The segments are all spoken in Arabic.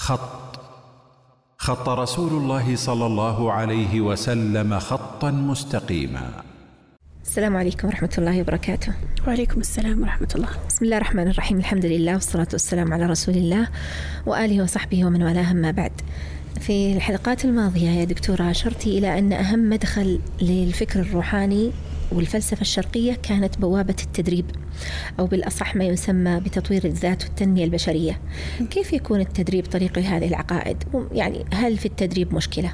خط رسول الله صلى الله عليه وسلم خطا مستقيما. السلام عليكم ورحمة الله وبركاته. وعليكم السلام ورحمة الله. بسم الله الرحمن الرحيم، الحمد لله والصلاة والسلام على رسول الله وآله وصحبه ومن والاه، أما بعد. في الحلقات الماضية يا دكتورة أشرتي إلى أن أهم مدخل للفكر الروحاني والفلسفة الشرقية كانت بوابة التدريب، أو بالأصح ما يسمى بتطوير الذات والتنمية البشرية. كيف يكون التدريب طريق لهذه العقائد؟ يعني هل في التدريب مشكلة؟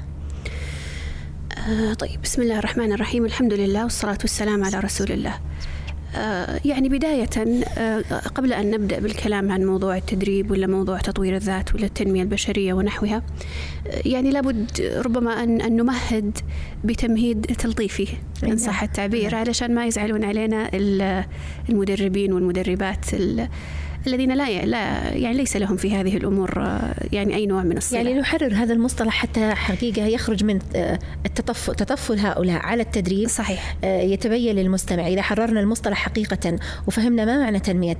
طيب، بسم الله الرحمن الرحيم، الحمد لله والصلاة والسلام على رسول الله. يعني بداية قبل أن نبدأ بالكلام عن موضوع التدريب ولا موضوع تطوير الذات ولا التنمية البشرية ونحوها، يعني لابد ربما أن نمهد بتمهيد تلطيفي إن صح التعبير، علشان ما يزعلون علينا المدربين والمدربات الذين لا يعني ليس لهم في هذه الأمور يعني أي نوع من الصلة. يعني نحرر هذا المصطلح حتى حقيقة يخرج من تطفل هؤلاء على التدريب. صحيح. يتبين للمستمع إذا حررنا المصطلح حقيقة وفهمنا ما معنى تنمية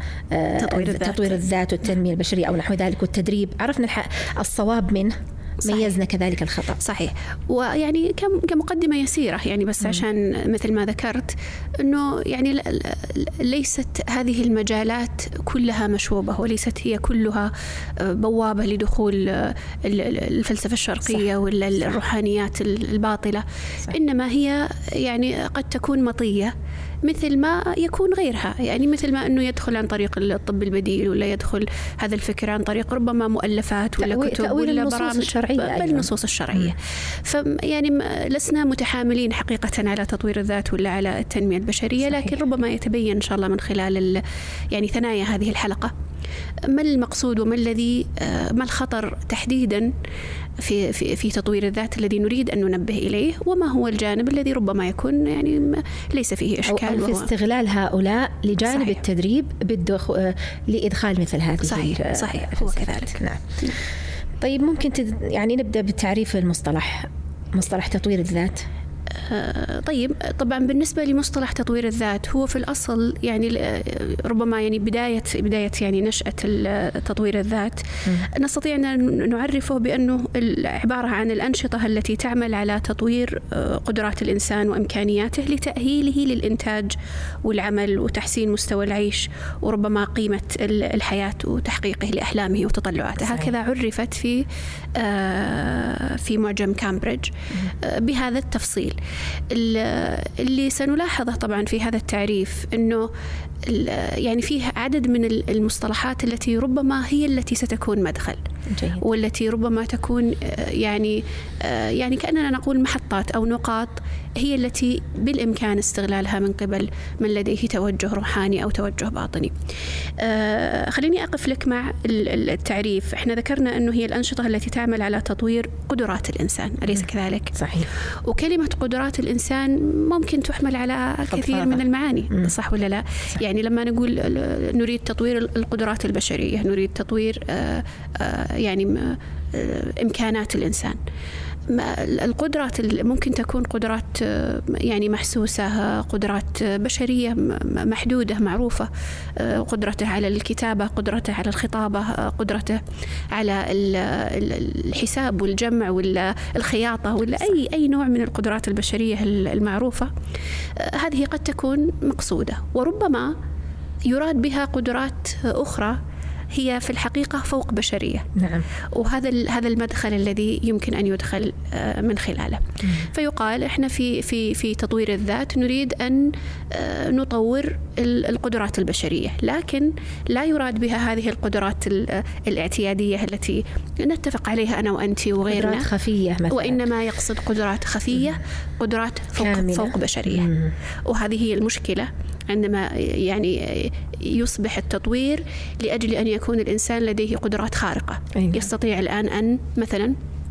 تطوير الذات والتنمية البشرية أو نحو ذلك، والتدريب عرفنا الصواب منه. صحيح. ميزنا كذلك الخطأ. صحيح. ويعني كمقدمة يسيرة يعني بس عشان مثل ما ذكرت أنه يعني ليست هذه المجالات كلها مشوبة، وليست هي كلها بوابة لدخول الفلسفة الشرقية ولا الروحانيات الباطلة. صح. إنما هي يعني قد تكون مطية مثل ما يكون غيرها، يعني مثل ما أنه يدخل عن طريق الطب البديل ولا يدخل هذا الفكر عن طريق ربما مؤلفات ولا كتب ولا برامج بالنصوص الشرعية. فيعني لسنا متحاملين حقيقة على تطوير الذات ولا على التنمية البشرية. صحيح. لكن ربما يتبين إن شاء الله من خلال يعني ثنايا هذه الحلقة ما المقصود وما الذي ما الخطر تحديدا في تطوير الذات الذي نريد أن ننبه إليه، وما هو الجانب الذي ربما يكون يعني ليس فيه إشكال، أو في استغلال هؤلاء لجانب. صحيح. التدريب لإدخال مثل هذه. صحيح. هو كذلك. نعم. طيب، ممكن يعني نبدأ بتعريف مصطلح تطوير الذات. طيب، طبعا بالنسبة لمصطلح تطوير الذات هو في الأصل يعني ربما يعني بداية يعني نشأة تطوير الذات نستطيع أن نعرفه بأنه عبارة عن الأنشطة التي تعمل على تطوير قدرات الإنسان وإمكانياته لتأهيله للإنتاج والعمل وتحسين مستوى العيش وربما قيمة الحياة وتحقيقه لأحلامه وتطلعاته. هكذا عرفت في معجم كامبريدج بهذا التفصيل. اللي سنلاحظه طبعا في هذا التعريف أنه يعني فيه عدد من المصطلحات التي ربما هي التي ستكون مدخل. جيد. والتي ربما تكون يعني كأننا نقول محطات أو نقاط هي التي بالإمكان استغلالها من قبل من لديه توجه روحاني أو توجه باطني. خليني أقف لك مع التعريف. احنا ذكرنا أنه هي الأنشطة التي تعمل على تطوير قدرات الإنسان، أليس كذلك؟ صحيح. وكلمة قدرات الإنسان ممكن تحمل على الكثير من المعاني. صح ولا لا؟ صح. يعني لما نقول نريد تطوير القدرات البشرية، نريد تطوير يعني إمكانات الإنسان. القدرات ممكن تكون قدرات يعني محسوسة، قدرات بشرية محدودة معروفة، قدرته على الكتابة، قدرته على الخطابة، قدرته على الحساب والجمع ولا الخياطة ولا أي نوع من القدرات البشرية المعروفة. هذه قد تكون مقصودة، وربما يراد بها قدرات أخرى هي في الحقيقة فوق بشرية. نعم. وهذا المدخل الذي يمكن أن يدخل من خلاله. فيقال إحنا في تطوير الذات نريد أن نطور القدرات البشرية، لكن لا يراد بها هذه القدرات الاعتيادية التي نتفق عليها أنا وأنت وغيرنا، قدرات خفية مثلا. وإنما يقصد قدرات خفية، قدرات فوق بشرية. وهذه هي المشكلة عندما يعني يصبح التطوير لأجل أن يكون الإنسان لديه قدرات خارقة. يستطيع الآن أن مثلا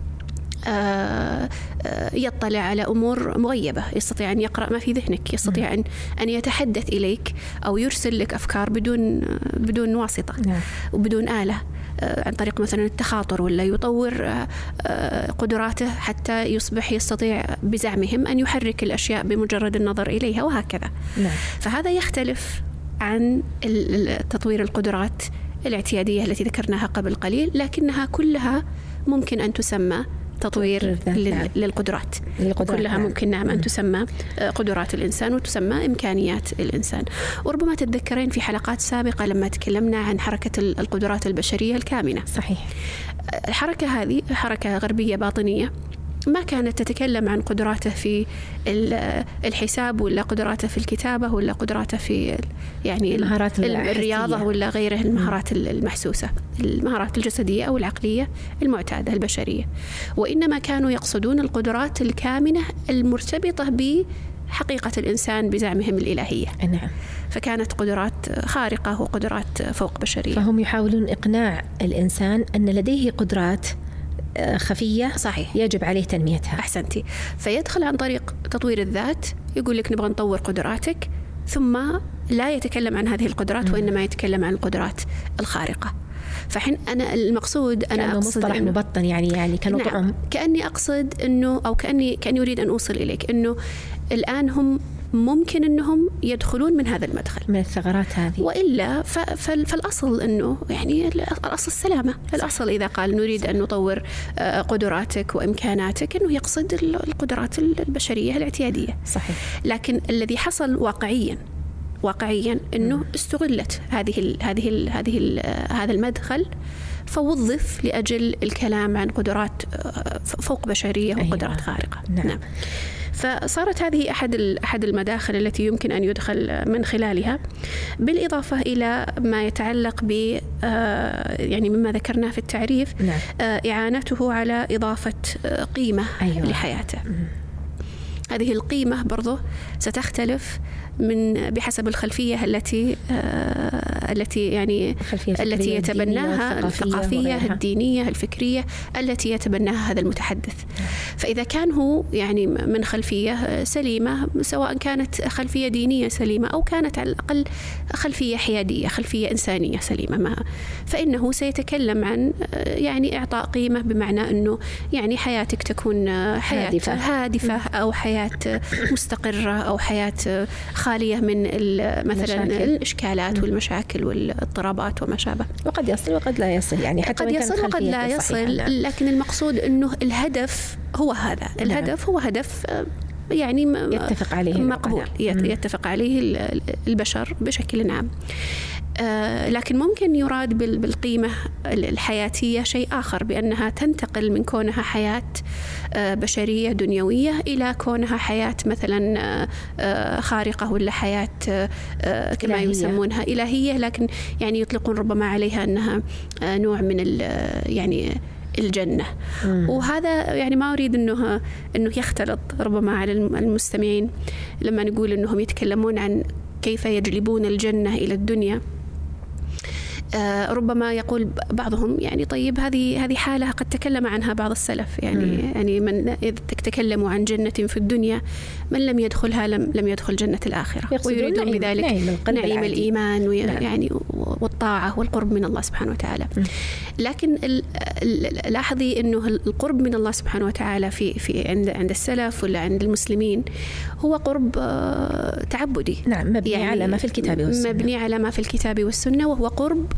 يطلع على أمور مغيبة، يستطيع أن يقرأ ما في ذهنك، يستطيع أن يتحدث إليك أو يرسل لك أفكار بدون واسطة وبدون آلة، عن طريق مثلا التخاطر، ولا يطور قدراته حتى يصبح يستطيع بزعمهم أن يحرك الأشياء بمجرد النظر إليها وهكذا. فهذا يختلف عن تطوير القدرات الاعتيادية التي ذكرناها قبل قليل، لكنها كلها ممكن أن تسمى تطوير للقدرات. كلها ممكن نعم أن تسمى قدرات الإنسان وتسمى إمكانيات الإنسان. وربما تتذكرين في حلقات سابقة لما تكلمنا عن حركة القدرات البشرية الكامنة. صحيح. الحركة هذه حركة غربية باطنية، ما كانت تتكلم عن قدراته في الحساب ولا قدراته في الكتابة ولا قدراته في يعني الرياضة ولا غيره المهارات المحسوسة، المهارات الجسدية أو العقلية المعتادة البشرية، وإنما كانوا يقصدون القدرات الكامنة المرتبطة بحقيقة الإنسان بزعمهم الإلهية. نعم. فكانت قدرات خارقة وقدرات فوق بشرية. فهم يحاولون إقناع الإنسان أن لديه قدرات خفية صحيح يجب عليه تنميتها. أحسنتي. فيدخل عن طريق تطوير الذات، يقول لك نبغى نطور قدراتك، ثم لا يتكلم عن هذه القدرات وإنما يتكلم عن القدرات الخارقة. فحين أنا المقصود أنا أقصد مصطلح مبطن يعني كنطعم. نعم. كأني أقصد إنه أو كأني أريد أن أوصل إليك إنه الآن هم ممكن أنهم يدخلون من هذا المدخل من الثغرات هذه، وإلا فالأصل أنه يعني الأصل السلامة. الأصل إذا قال نريد أن نطور قدراتك وإمكاناتك أنه يقصد القدرات البشرية الاعتيادية. صحيح. لكن الذي حصل واقعيا أنه استغلت هذا المدخل، فوظف لأجل الكلام عن قدرات فوق بشرية وقدرات خارقة. نعم. فصارت هذه أحد المداخل التي يمكن أن يدخل من خلالها، بالإضافة إلى ما يتعلق ب يعني مما ذكرناه في التعريف. نعم. إعانته على إضافة قيمة لحياته. هذه القيمة برضو ستختلف بحسب الخلفية التي يتبناها، الثقافية الدينية الفكرية التي يتبناها هذا المتحدث. فإذا كان هو يعني من خلفية سليمة، سواء كانت خلفية دينية سليمة أو كانت على الأقل خلفية حيادية، خلفية إنسانية سليمة، فإنه سيتكلم عن يعني إعطاء قيمة، بمعنى أنه يعني حياتك تكون حياة هادفة أو حياة مستقرة أو حياة خالية من مثلا الإشكالات والمشاكل والاضطرابات وما شابه. وقد يصل وقد لا يصل، يعني حتى قد يصل وقد لا يصل. لكن المقصود أنه الهدف هو هذا. الهدف هو هدف يعني يتفق عليه مقبول، يتفق عليه البشر بشكل عام. لكن ممكن يراد بالقيمة الحياتية شيء آخر، بأنها تنتقل من كونها حياة بشرية دنيوية إلى كونها حياة مثلا خارقة، ولا حياة كما يسمونها إلهية، لكن يعني يطلقون ربما عليها أنها نوع من يعني الجنة. وهذا يعني ما أريد أنه يختلط ربما على المستمعين لما نقول أنهم يتكلمون عن كيف يجلبون الجنة إلى الدنيا. ربما يقول بعضهم يعني طيب هذه حالة قد تكلم عنها بعض السلف، يعني من إذ تكلموا عن جنة في الدنيا من لم يدخلها لم يدخل جنة الآخرة، ويريدون بذلك نعيم الإيمان يعني والطاعة والقرب من الله سبحانه وتعالى. لكن لاحظي أنه القرب من الله سبحانه وتعالى في عند السلف ولا عند المسلمين هو قرب تعبدي. نعم، مبني يعني على ما في الكتاب والسنة. مبني على ما في الكتاب والسنة، وهو قرب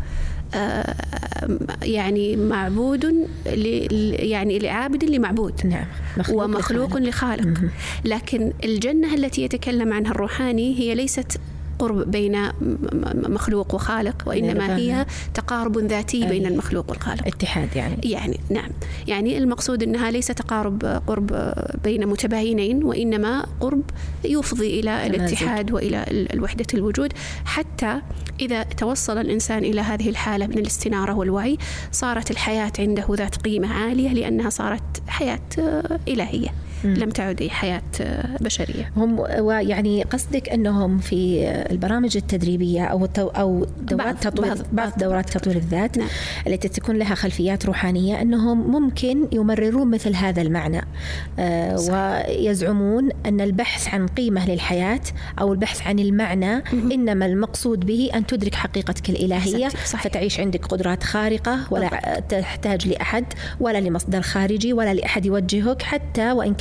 يعني معبود يعني لعابد لمعبود. نعم. ومخلوق لخالق. لكن الجنة التي يتكلم عنها الروحاني هي ليست قرب بين مخلوق وخالق، وإنما هي تقارب ذاتي بين المخلوق والخالق، اتحاد يعني نعم، يعني المقصود أنها ليس قرب بين متباينين، وإنما قرب يفضي إلى الاتحاد وإلى الوحدة الوجود. حتى إذا توصل الإنسان إلى هذه الحالة من الاستنارة والوعي، صارت الحياة عنده ذات قيمة عالية، لأنها صارت حياة إلهية، لم تعد حياة بشرية. هم ويعني قصدك أنهم في البرامج التدريبية أو دورات بعض دورات تطوير الذات، نعم. التي تكون لها خلفيات روحانية، أنهم ممكن يمررون مثل هذا المعنى، ويزعمون أن البحث عن قيمة للحياة أو البحث عن المعنى إنما المقصود به أن تدرك حقيقتك الإلهية، فتعيش عندك قدرات خارقة، ولا تحتاج لأحد ولا لمصدر خارجي ولا لأحد يوجهك، حتى وإن كان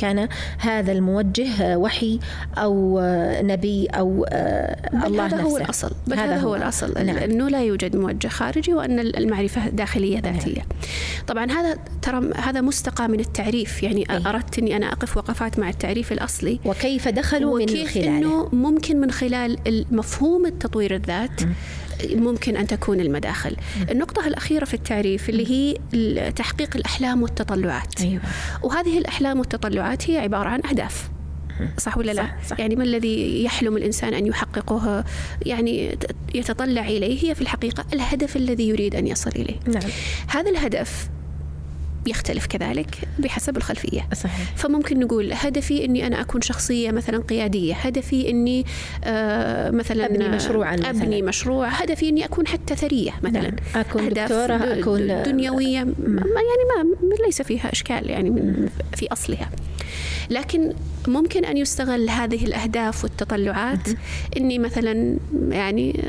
كان هذا الموجه وحي أو نبي أو الله نفسه. هذا هو الأصل، هذا هو الأصل. نعم. أنه لا يوجد موجه خارجي، وأن المعرفة داخلية ذاتية. نعم. طبعا هذا مستقى من التعريف، يعني أردت أني أنا أقف وقفات مع التعريف الأصلي وكيف دخلوا من خلاله، أنه ممكن من خلال مفهوم التطوير الذات ممكن أن تكون المداخل. النقطة الأخيرة في التعريف اللي هي تحقيق الأحلام والتطلعات. أيوة. وهذه الأحلام والتطلعات هي عبارة عن أهداف، صح ولا لا؟ صح. يعني ما الذي يحلم الإنسان أن يحققه، يعني يتطلع إليه، هي في الحقيقة الهدف الذي يريد أن يصل إليه. نعم. هذا الهدف يختلف كذلك بحسب الخلفية. صحيح. فممكن نقول هدفي أني أنا أكون شخصية مثلا قيادية، هدفي أني مثلا أبني مشروع، هدفي أني أكون حتى ثرية مثلا. نعم. أكون دكتورة، أكون دنيوية، يعني ما ليس فيها إشكال يعني في أصلها. لكن ممكن أن يستغل هذه الأهداف والتطلعات إني مثلا يعني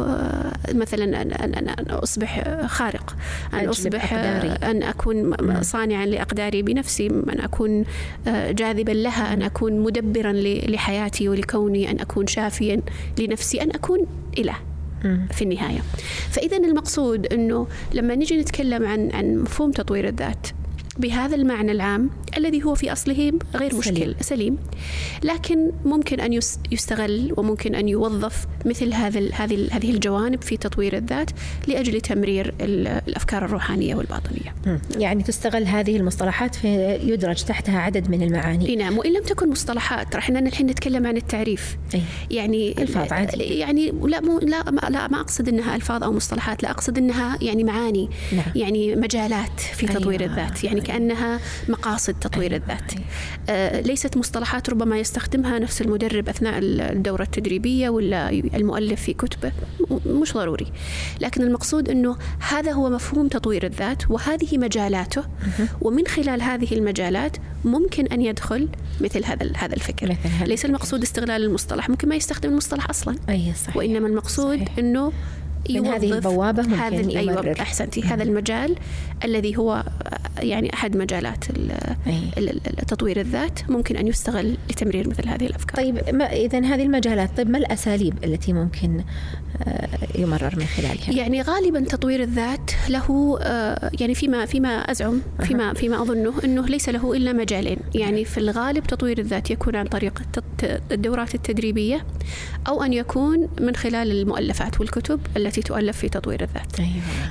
مثلا أن أصبح خارق، أن أصبح أن أكون صانعا لأقداري بنفسي، أن أكون جاذبا لها، أن أكون مدبرا لحياتي ولكوني، أن أكون شافيا لنفسي، أن أكون إله في النهاية. فإذا المقصود أنه لما نجي نتكلم عن مفهوم تطوير الذات بهذا المعنى العام الذي هو في أصله غير مشكل، سليم، لكن ممكن أن يستغل وممكن أن يوظف مثل هذه الجوانب في تطوير الذات لأجل تمرير الأفكار الروحانية والباطنية. يعني تستغل هذه المصطلحات في يدرج تحتها عدد من المعاني. نعم. وإن لم تكن مصطلحات، راح الحين نتكلم عن التعريف. يعني ألفاظ عادي. يعني لا ما أقصد أنها ألفاظ أو مصطلحات، لا أقصد أنها يعني معاني. نعم. يعني مجالات في تطوير الذات، يعني كأنها مقاصد تطوير الذات. ليست مصطلحات ربما يستخدمها نفس المدرب أثناء الدورة التدريبية ولا المؤلف في كتبه، مش ضروري. لكن المقصود أنه هذا هو مفهوم تطوير الذات وهذه مجالاته، ومن خلال هذه المجالات ممكن أن يدخل مثل هذا الفكر. ليس المقصود استغلال المصطلح، ممكن ما يستخدم المصطلح أصلا. صحيح. وإنما المقصود أنه من هذه البوابة ممكن يمرر. أحسنتي. هذا المجال الذي هو يعني أحد مجالات تطوير الذات ممكن أن يستغل لتمرير مثل هذه الأفكار. طيب إذن هذه المجالات، طيب ما الأساليب التي ممكن يمرر من خلالها؟ يعني غالبا تطوير الذات له يعني فيما أزعم فيما أظنه أنه ليس له إلا مجالين. يعني في الغالب تطوير الذات يكون عن طريق الدورات التدريبية، أو أن يكون من خلال المؤلفات والكتب التي تؤلف في تطوير الذات.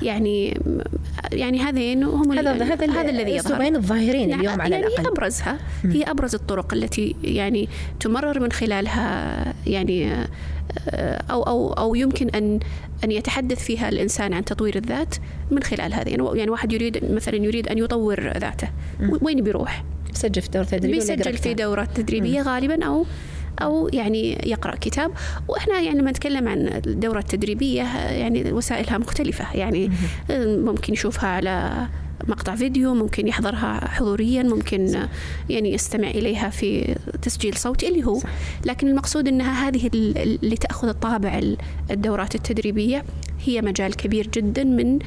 يعني هذين هم هذا الذي يظهر الظاهرين اليوم على الأقل. هي أبرزها، هي أبرز الطرق التي يعني تمرر من خلالها، يعني أو يمكن أن يتحدث فيها الإنسان عن تطوير الذات من خلال هذه. يعني واحد يريد أن يطور ذاته، وين بيروح؟ بيسجل في دورة تدريبية غالبا، أو يعني يقرأ كتاب. وإحنا يعني لما نتكلم عن الدورة التدريبية يعني وسائلها مختلفة، يعني ممكن يشوفها على مقطع فيديو، ممكن يحضرها حضوريا، ممكن يعني يستمع إليها في تسجيل صوتي اللي هو. لكن المقصود أنها هذه اللي تأخذ الطابع الدورات التدريبية هي مجال كبير جدا من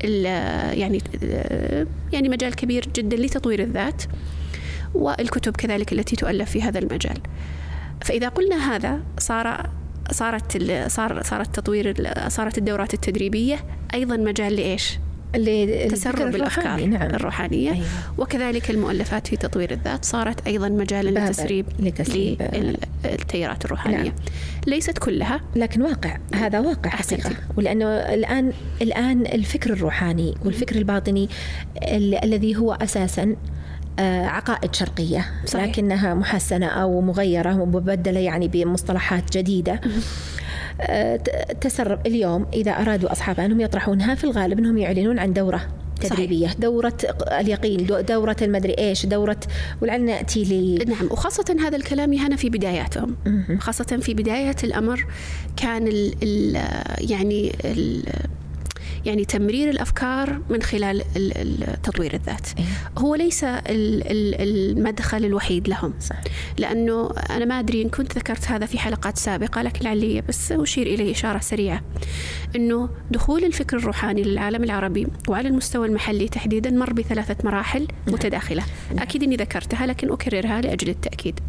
يعني مجال كبير جدا لتطوير الذات، والكتب كذلك التي تؤلف في هذا المجال. فإذا قلنا هذا صارت الدورات التدريبية أيضا مجال لإيش؟ لتسرب الأفكار الروحانية. أيوة. وكذلك المؤلفات في تطوير الذات صارت أيضا مجالا لتسريب التيارات الروحانية. نعم. ليست كلها، لكن هذا واقع حقيقة. ولأنه الآن الفكر الروحاني والفكر الباطني الذي هو أساسا عقائد شرقية، صحيح. لكنها محسنة أو مغيرة ومبدلة يعني بمصطلحات جديدة. تسرب اليوم إذا أرادوا أصحابها أنهم يطرحونها، في الغالب أنهم يعلنون عن دورة تدريبية، صحيح. دورة اليقين، دورة المدري إيش، دورة، ولعل نأتي نعم. وخاصة هذا الكلام هنا في بداياتهم، خاصة في بداية الأمر كان يعني تمرير الأفكار من خلال تطوير الذات. هو ليس المدخل الوحيد لهم، لأنه أنا ما أدري إن كنت ذكرت هذا في حلقات سابقة، لكن لعلي بس أشير إليه إشارة سريعة، أنه دخول الفكر الروحاني للعالم العربي وعلى المستوى المحلي تحديدا مر ب3 مراحل متداخلة. أكيد أني ذكرتها لكن أكررها لأجل التأكيد.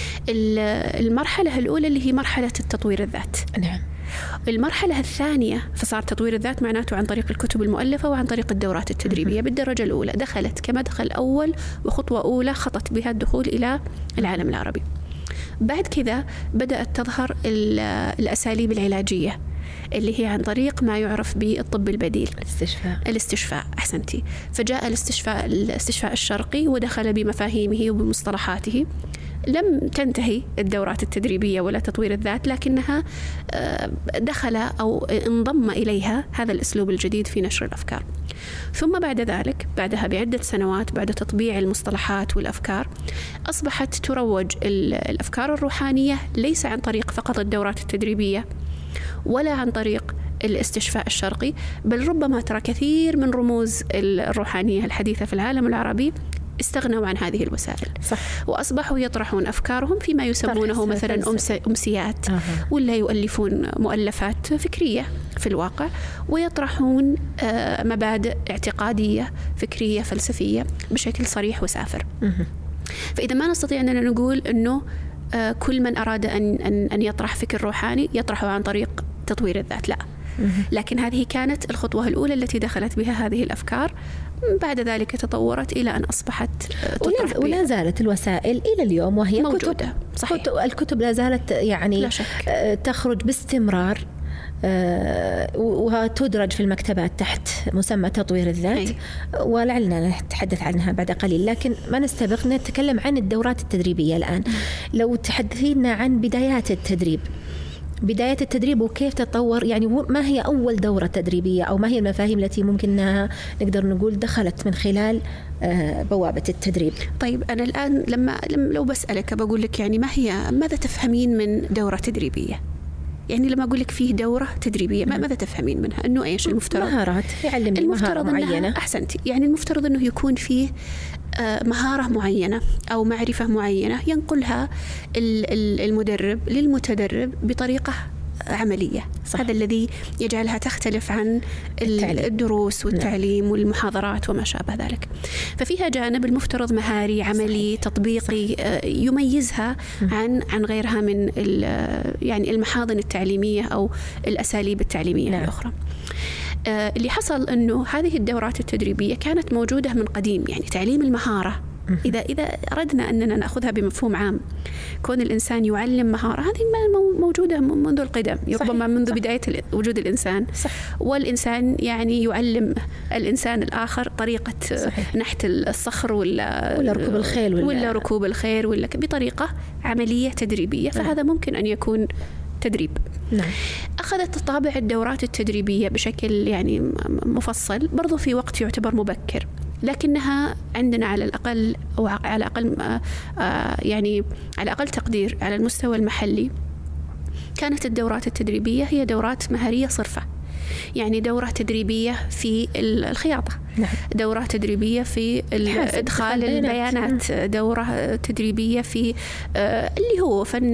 المرحلة الأولى اللي هي مرحلة التطوير الذات. نعم. المرحلة الثانية فصار تطوير الذات معناته عن طريق الكتب المؤلفة وعن طريق الدورات التدريبية. بالدرجة الأولى دخلت كمدخل أول وخطوة أولى خطت بها الدخول إلى العالم العربي. بعد كذا بدأت تظهر الأساليب العلاجية اللي هي عن طريق ما يعرف بالطب البديل، الاستشفاء. أحسنتي. فجاء الاستشفاء الشرقي ودخل بمفاهيمه وبمصطلحاته. لم تنتهي الدورات التدريبية ولا تطوير الذات، لكنها دخل أو انضم إليها هذا الأسلوب الجديد في نشر الأفكار. ثم بعد ذلك بعدها بعدة سنوات بعد تطبيع المصطلحات والأفكار أصبحت تروج الأفكار الروحانية ليس عن طريق فقط الدورات التدريبية ولا عن طريق الاستشفاء الشرقي، بل ربما ترى كثير من رموز الروحانية الحديثة في العالم العربي استغنوا عن هذه الوسائل. صح. وأصبحوا يطرحون أفكارهم فيما يسمونه مثلا أمسيات ولا يؤلفون مؤلفات فكرية في الواقع، ويطرحون مبادئ اعتقادية فكرية فلسفية بشكل صريح وسافر. فإذا ما نستطيع أننا نقول أنه كل من أراد أن يطرح فكر روحاني يطرحه عن طريق تطوير الذات، لا. لكن هذه كانت الخطوة الأولى التي دخلت بها هذه الأفكار. بعد ذلك تطورت إلى أن أصبحت تطرح ولا زالت الوسائل إلى اليوم وهي موجودة. كتب. صحيح. الكتب لا زالت يعني لا شك. تخرج باستمرار وتدرج في المكتبات تحت مسمى تطوير الذات. ولعلنا نتحدث عنها بعد قليل، لكن ما نستبق نتكلم عن الدورات التدريبية الآن. لو تحدثينا عن بدايات التدريب وكيف تطور، يعني ما هي أول دورة تدريبية أو ما هي المفاهيم التي ممكن نقدر نقول دخلت من خلال بوابة التدريب؟ طيب أنا الآن لو بسألك بقول لك يعني ماذا تفهمين من دورة تدريبية؟ يعني لما أقول لك فيه دورة تدريبية ماذا تفهمين منها؟ إنه إيش المفترض؟ مهارات، يعلمني مهارة معينة. أحسنتي. يعني المفترض إنه يكون فيه مهارة معينة أو معرفة معينة ينقلها المدرب للمتدرب بطريقة عملية. صح. هذا الذي يجعلها تختلف عن الدروس والتعليم والمحاضرات وما شابه ذلك. ففيها جانب المفترض مهاري عملي. صحيح. تطبيقي. صحيح. يميزها عن غيرها من يعني المحاضن التعليمية أو الأساليب التعليمية الأخرى. اللي حصل أنه هذه الدورات التدريبية كانت موجودة من قديم، يعني تعليم المهارة. إذا أردنا أننا نأخذها بمفهوم عام، كون الإنسان يعلم مهارة، هذه موجودة منذ القدم، ربما منذ بداية وجود الإنسان. صح. والإنسان يعني يعلم الإنسان الآخر طريقة نحت الصخر ولا ركوب الخيل ولا ركوب الخيل ولا بطريقة عملية تدريبية. فهذا ممكن أن يكون تدريب. نعم. أخذت طابع الدورات التدريبية بشكل يعني مفصل برضو في وقت يعتبر مبكر، لكنها عندنا على الأقل أو على أقل يعني على أقل تقدير على المستوى المحلي كانت الدورات التدريبية هي دورات مهارية صرفة. يعني دورة تدريبية في الخياطة. نعم. دورة تدريبية في إدخال البيانات. دورة تدريبية في اللي هو فن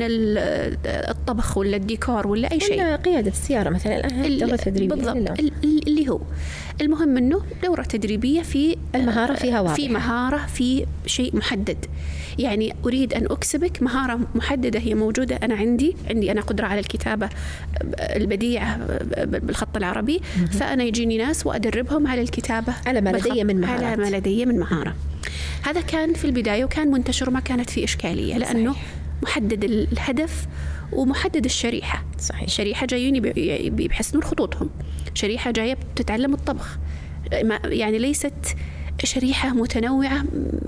الطبخ ولا الديكور ولا أي شيء. قيادة السيارة مثلا دورة تدريبية. بالضبط. اللي هو المهم أنه دورة تدريبية في المهارة فيها واضحة. في مهارة في شيء محدد. يعني أريد أن أكسبك مهارة محددة هي موجودة. أنا عندي أنا قدرة على الكتابة البديعة بالخط العربي، فأنا يجيني ناس وأدربهم على الكتابة على ما لدي من مهارة. هذا كان في البداية وكان منتشر، ما كانت في إشكالية لأنه محدد الهدف ومحدد الشريحة. صحيح. الشريحة جايين بيحسنون خطوطهم، شريحة جاية بتتعلم الطبخ، يعني ليست شريحة متنوعة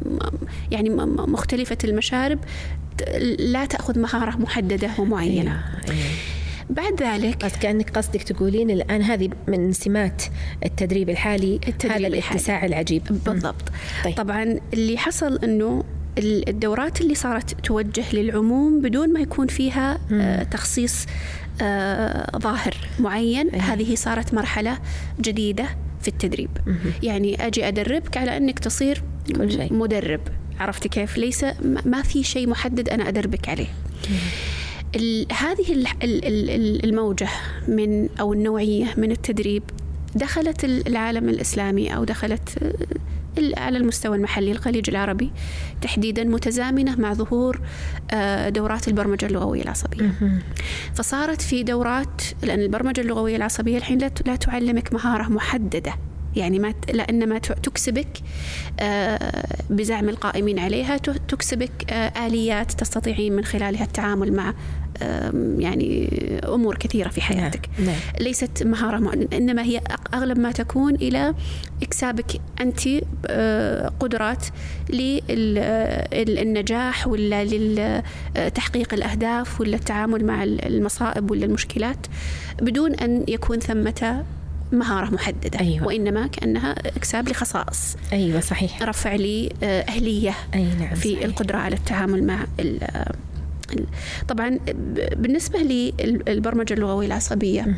يعني مختلفة المشارب لا تأخذ مهارة محددة ومعينة. بعد ذلك بس كأنك قصدك تقولين الآن هذه من سمات التدريب الحالي هذا الاتساع العجيب. بالضبط. طيب. طبعا اللي حصل أنه الدورات اللي صارت توجه للعموم بدون ما يكون فيها تخصيص ظاهر معين، هذه صارت مرحلة جديدة في التدريب. يعني أجي أدربك على أنك تصير مدرب، عرفت كيف؟ ليس ما في شيء محدد أنا أدربك عليه. هذه الموجة من أو النوعية من التدريب دخلت العالم الإسلامي أو دخلت على المستوى المحلي الخليج العربي تحديدا، متزامنة مع ظهور دورات البرمجة اللغوية العصبية. فصارت في دورات، لأن البرمجة اللغوية العصبية الحين لا تعلمك مهارة محددة، يعني لأنما تكسبك بزعم القائمين عليها، تكسبك آليات تستطيعين من خلالها التعامل مع يعني أمور كثيرة في حياتك. نعم. ليست مهارة إنما هي أغلب ما تكون إلى إكسابك أنت قدرات للنجاح ولا لتحقيق الأهداف ولا التعامل مع المصائب ولا المشكلات، بدون أن يكون ثمة مهارة محددة. أيوة. وإنما كأنها إكساب لخصائص. أيوة صحيح. رفع لي أهلية نعم في صحيح. القدرة على التعامل مع طبعا بالنسبة للبرمجة اللغوية العصبية،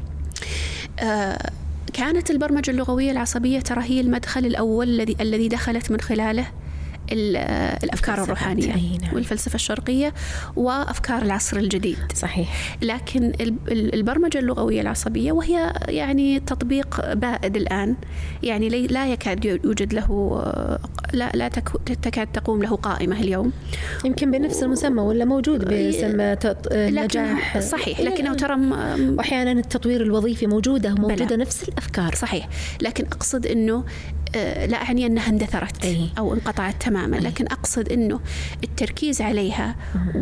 كانت البرمجة اللغوية العصبية ترى هي المدخل الأول الذي دخلت من خلاله الأفكار الروحانية والفلسفة الشرقية وأفكار العصر الجديد. صحيح. لكن البرمجة اللغوية العصبية، وهي يعني تطبيق بائد الآن، يعني لا يكاد يوجد له، لا تكاد تقوم له قائمة اليوم، يمكن بنفس المسمى ولا موجود بسمى النجاح. صحيح. لكنه ترى وأحيانا التطوير الوظيفي موجودة نفس الأفكار. صحيح. لكن أقصد أنه لا أعني أنها اندثرت أو انقطعت تماما، لكن أقصد أنه التركيز عليها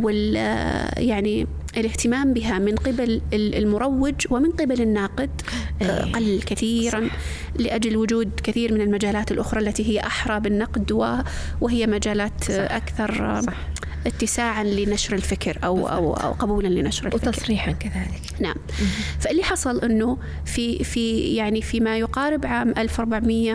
يعني الاهتمام بها من قبل المروج ومن قبل الناقد قل كثيرا. صح. لأجل وجود كثير من المجالات الأخرى التي هي أحرى بالنقد وهي مجالات صح. أكثر صح. اتساعا لنشر الفكر أو قبولا لنشر الفكر وتصريحا كذلك. نعم. فاللي حصل أنه في يعني فيما يقارب عام 1400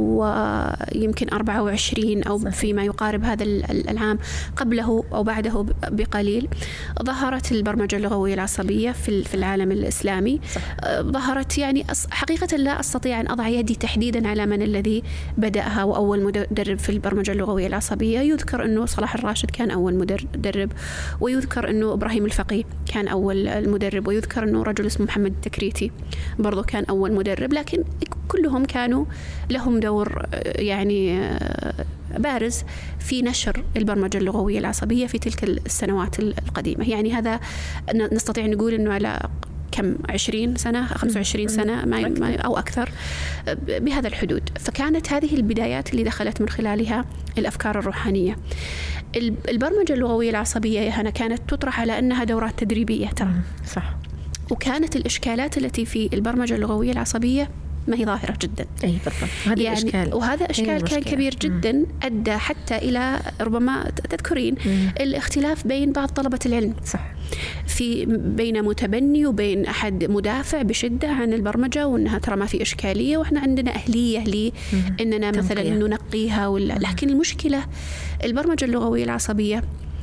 ويمكن 24 أو فيما يقارب هذا العام قبله أو بعده بقليل، ظهرت البرمجة اللغوية العصبية في العالم الإسلامي. صح. ظهرت يعني حقيقة لا أستطيع أن أضع يدي تحديدا على من الذي بدأها وأول مدرب في البرمجة اللغوية العصبية. يذكر أنه صلاح الراشد كان أول مدرب، ويذكر أنه إبراهيم الفقيه كان أول المدرب، ويذكر أنه رجل اسمه محمد التكريتي برضو كان أول مدرب. لكن كلهم كانوا لهم دور يعني بارز في نشر البرمجة اللغوية العصبية في تلك السنوات القديمة. يعني هذا نستطيع نقول أنه على كم 20 سنة 25 سنة ما أو أكثر بهذا الحدود. فكانت هذه البدايات اللي دخلت من خلالها الأفكار الروحانية. البرمجة اللغوية العصبية يا هنا كانت تطرح على أنها دورات تدريبية ترى. صح. وكانت الإشكالات التي في البرمجة اللغوية العصبية ما هي ظاهرة جدا. أي بالضبط. يعني وهذا إشكال كان كبير جدا أدى حتى إلى ربما تذكرين الاختلاف بين بعض طلبة العلم. صح. بين متبني وبين أحد مدافع بشدة عن البرمجة وأنها ترى ما في إشكالية وإحنا عندنا أهلية لأننا مثلا ننقيها لكن المشكلة البرمجة اللغوية العصبية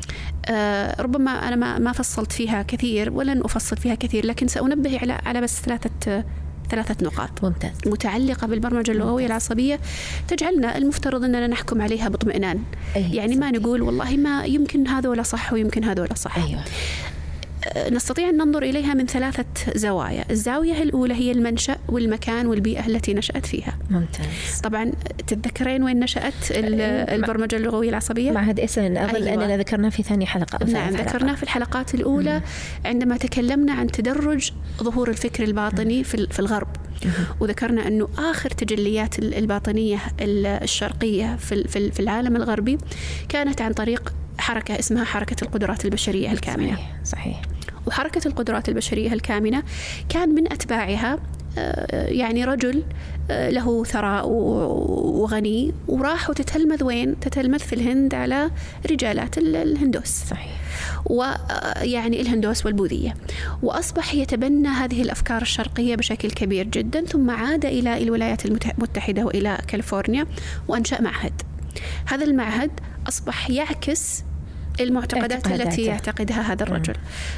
ربما أنا ما فصلت فيها كثير ولن أفصل فيها كثير، لكن سأنبه على بس ثلاثة نقاط ممتاز. متعلقة بالبرمجة اللغوية العصبية تجعلنا المفترض أننا نحكم عليها باطمئنان. يعني ما نقول والله ما يمكن هذا ولا صح ويمكن هذا ولا صح. أيوة. نستطيع أن ننظر إليها من 3 زوايا. الزاوية الأولى هي المنشأ والمكان والبيئة التي نشأت فيها. ممتاز. طبعا تتذكرين وين نشأت البرمجة اللغوية العصبية؟ معهد إسن أظن. أيوة. أننا ذكرناه في ثاني حلقة. نعم ذكرناه في الحلقات الأولى عندما تكلمنا عن تدرج ظهور الفكر الباطني في الغرب. وذكرنا أنه آخر تجليات الباطنية الشرقية في العالم الغربي كانت عن طريق حركة اسمها حركة القدرات البشرية الكامنة. صحيح. وحركة القدرات البشرية الكامنة كان من أتباعها يعني رجل له ثراء وغني، وراح وتتلمذ وين؟ تتلمذ في الهند على رجالات الهندوس. صحيح. ويعني الهندوس والبوذية، وأصبح يتبنى هذه الأفكار الشرقية بشكل كبير جدا، ثم عاد إلى الولايات المتحدة وإلى كاليفورنيا وأنشأ معهد. هذا المعهد أصبح يعكس المعتقدات التي يعتقدها هذا الرجل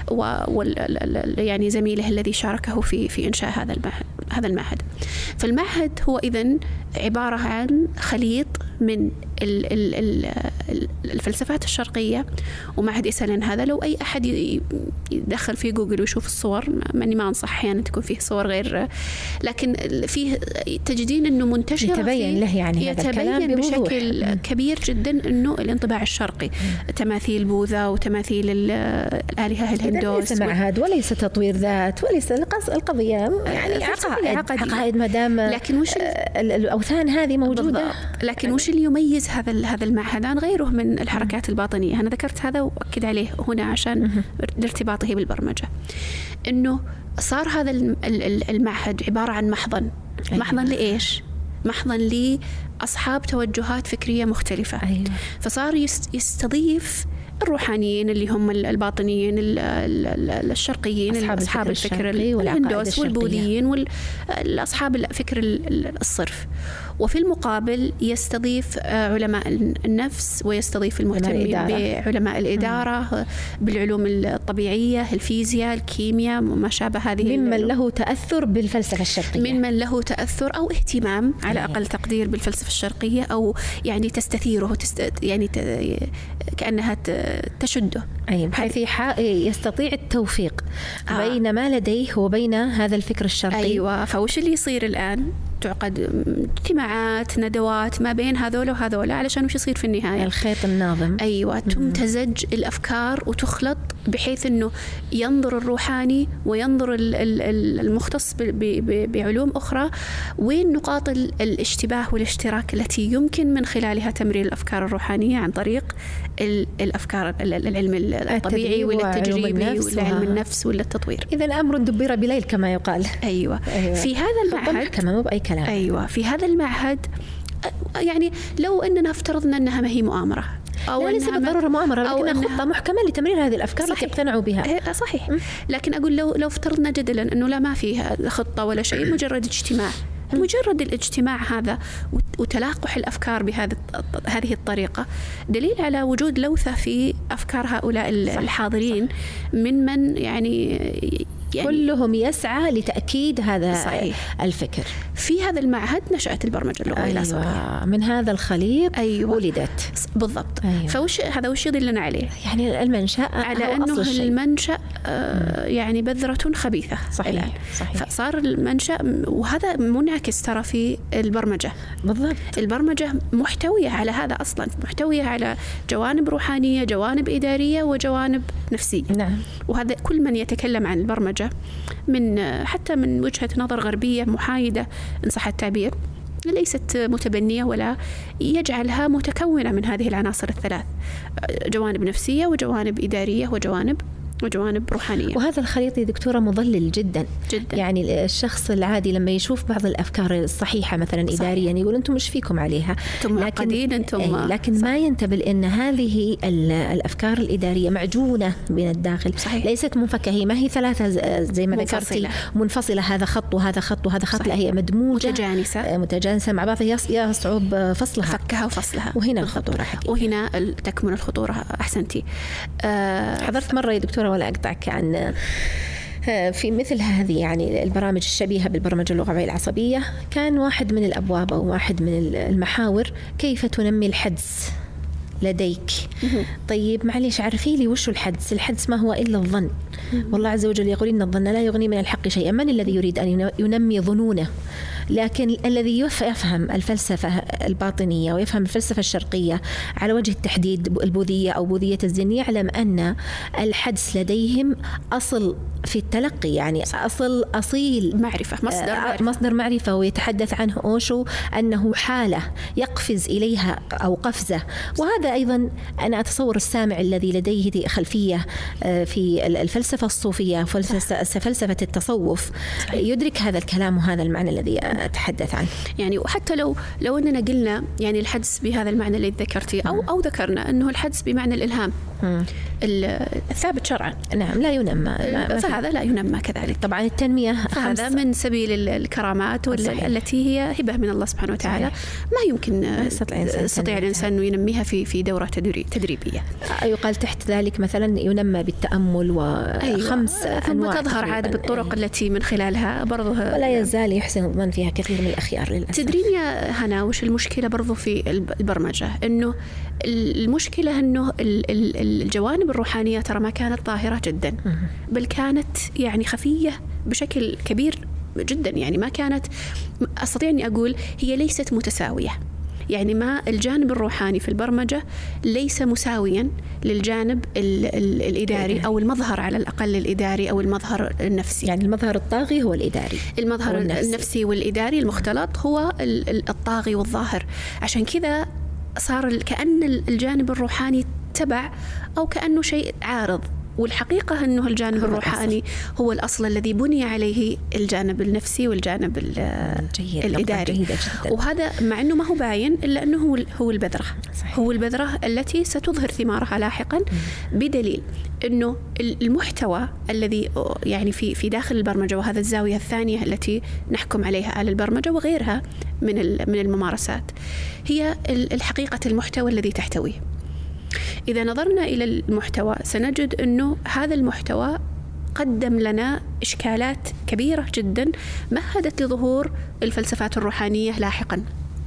يعني زميله الذي شاركه في إنشاء هذا المعهد. فالمعهد هو إذن عبارة عن خليط من الفلسفات الشرقية ومعهد إسالين. هذا لو أي أحد يدخل في جوجل ويشوف الصور، ماني ما أنصح أحيانا تكون فيه صور غير، لكن فيه تجدين أنه منتشر، يتبين له يعني هذا الكلام بشكل كبير جدا أنه الانطباع الشرقي، تماثيل بوذا وتماثيل الآلهة الهندوس، ليس معهد وليس تطوير ذات وليس القضية يعني عقائد مدام، لكن وش الأوثان هذه موجودة بالضبط. لكن وش اللي يميز هذا المعهد عن غيره من الحركات الباطنية؟ أنا ذكرت هذا وأكد عليه هنا عشان لارتباطه بالبرمجة، إنه صار هذا المعهد عبارة عن محضن لإيش؟ محضن لأصحاب توجهات فكرية مختلفة. فصار يستضيف الروحانيين اللي هم الباطنيين الشرقيين، أصحاب الفكر الهندوس والبوذيين والأصحاب الفكر الصرف. وفي المقابل يستضيف علماء النفس، ويستضيف المهتمين بعلماء الإدارة، بالعلوم الطبيعية، الفيزياء، الكيمياء، وما شابه هذه، ممن له تأثر بالفلسفة الشرقية، ممن له تأثر أو اهتمام على أقل تقدير بالفلسفة الشرقية، أو يعني تستثيره، يعني كأنها تشده، بحيث يستطيع التوفيق بين ما لديه وبين هذا الفكر الشرقي. فوش اللي يصير الآن؟ تعقد اجتماعات، ندوات ما بين هذول وهذول، علشان وش يصير في النهاية؟ الخيط الناظم. تمتزج الأفكار وتخلط، بحيث أنه ينظر الروحاني وينظر المختص بعلوم أخرى، وين نقاط الاشتباه والاشتراك التي يمكن من خلالها تمرير الأفكار الروحانية عن طريق الأفكار العلم الطبيعي ولا التجريبي ولا علم النفس ولا التطوير. إذا أمر دبر بليل كما يقال. في هذا المعهد كما مو بأي كلام. في هذا المعهد يعني لو أننا افترضنا أنها ما هي مؤامرة، أو ليس بالضرورة مؤامرة، لكنها خطة محكمة لتمرير هذه الأفكار التي يقتنعوا بها. صحيح. لكن أقول لو افترضنا جدلا أنه لا، ما فيها خطة ولا شيء، مجرد اجتماع، مجرد الاجتماع هذا وتلاقح الأفكار هذه الطريقة دليل على وجود لوثة في أفكار هؤلاء الحاضرين، من يعني كلهم يسعى لتأكيد هذا الفكر. في هذا المعهد نشأت البرمجة اللغوية. من هذا الخليط ولدت. بالضبط. فوش هذا وش يدلنا عليه؟ يعني المنشأ على أنه المنشأ يعني بذرة خبيثة. صحيح. فصار المنشأ، وهذا منعكس ترى في البرمجة. بالضبط. البرمجة محتوية على هذا أصلا، محتوية على جوانب روحانية، جوانب إدارية، وجوانب نفسية. نعم. وهذا كل من يتكلم عن البرمجة حتى من وجهة نظر غربية محايدة إن صح التعبير، ليست متبنية ولا يجعلها متكونة من هذه العناصر الثلاث: جوانب نفسية وجوانب إدارية وجوانب روحانية. وهذا الخليط يا دكتورة مضلل جدا. يعني الشخص العادي لما يشوف بعض الأفكار الصحيحة مثلا إداريا يقول أنتم مش فيكم عليها، لكن ما ينتبه لأن هذه الأفكار الإدارية معجونة من الداخل. ليست منفكة، هي ما هي ثلاثة زي ما ذكرتي منفصلة، هذا خط وهذا خط وهذا خط. لا، هي مدموجة متجانسة مع بعضها، يصعب فكها وفصلها. وهنا الخطورة حقيقة. وهنا تكمن الخطورة. أحسنتي. حضرت مرة يا دكتورة ولا أقطعك عن في مثل هذه يعني البرامج الشبيهة بالبرمجة اللغوية العصبية، كان واحد من الأبواب أو واحد من المحاور كيف تنمي الحدس لديك. طيب معليش عرفي لي وش الحدس؟ الحدس ما هو إلا الظن، والله عز وجل يقول إن الظن لا يغني من الحق شيئا. من الذي يريد أن ينمي ظنونه؟ لكن الذي يفهم الفلسفة الباطنية ويفهم الفلسفة الشرقية على وجه التحديد البوذية أو بوذية الزن يعلم أن الحدس لديهم أصل في التلقي، يعني أصيل معرفة، مصدر معرفة. ويتحدث عنه أوشو أنه حالة يقفز إليها أو قفزة. وهذا أيضا أنا أتصور السامع الذي لديه خلفية في الفلسفة الصوفية، فلسفة التصوف، يدرك هذا الكلام وهذا المعنى الذي أتحدث عنه. يعني وحتى لو أننا قلنا يعني الحدس بهذا المعنى اللي ذكرتيه أو ذكرنا أنه الحدس بمعنى الإلهام الثابت شرعا، نعم، لا ينمى، فهذا لا ينمى كذلك. طبعا التنمية هذا من سبيل الكرامات التي هي هبة من الله سبحانه وتعالى، ما يمكن يستطيع الإنسان أنه ينميها في دورة تدريبية. يقال تحت ذلك مثلا ينمى بالتأمل وخمس أنواع، ثم تظهر عاد بالطرق التي من خلالها برضو ولا يزال يحسن الظن فيها كثير من الأخيار للأسف. تدرين يا هنا وش المشكلة برضو في البرمجة؟ إنه المشكلة إنه الجوانب الروحانية ترى ما كانت ظاهرة جدا، بل كانت يعني خفية بشكل كبير جدا. يعني ما كانت، أستطيع أني أقول هي ليست متساوية. يعني ما الجانب الروحاني في البرمجة ليس مساويا للجانب الإداري أو المظهر على الأقل الإداري أو المظهر النفسي. يعني المظهر الطاغي هو الإداري، المظهر النفسي والإداري المختلط هو الطاغي والظاهر. عشان كذا صار كأن الجانب الروحاني تبع أو كأنه شيء عارض، والحقيقة أنه الجانب الروحاني هو الأصل الذي بني عليه الجانب النفسي والجانب الإداري. وهذا مع أنه ما هو باين إلا أنه هو البذرة. صحيح. هو البذرة التي ستظهر ثمارها لاحقا، بدليل أنه المحتوى الذي يعني في داخل البرمجة، وهذا الزاوية الثانية التي نحكم عليها على البرمجة وغيرها من الممارسات، هي الحقيقة المحتوى الذي تحتويه. إذا نظرنا إلى المحتوى سنجد أنه هذا المحتوى قدم لنا إشكالات كبيرة جدا مهدت لظهور الفلسفات الروحانية لاحقا.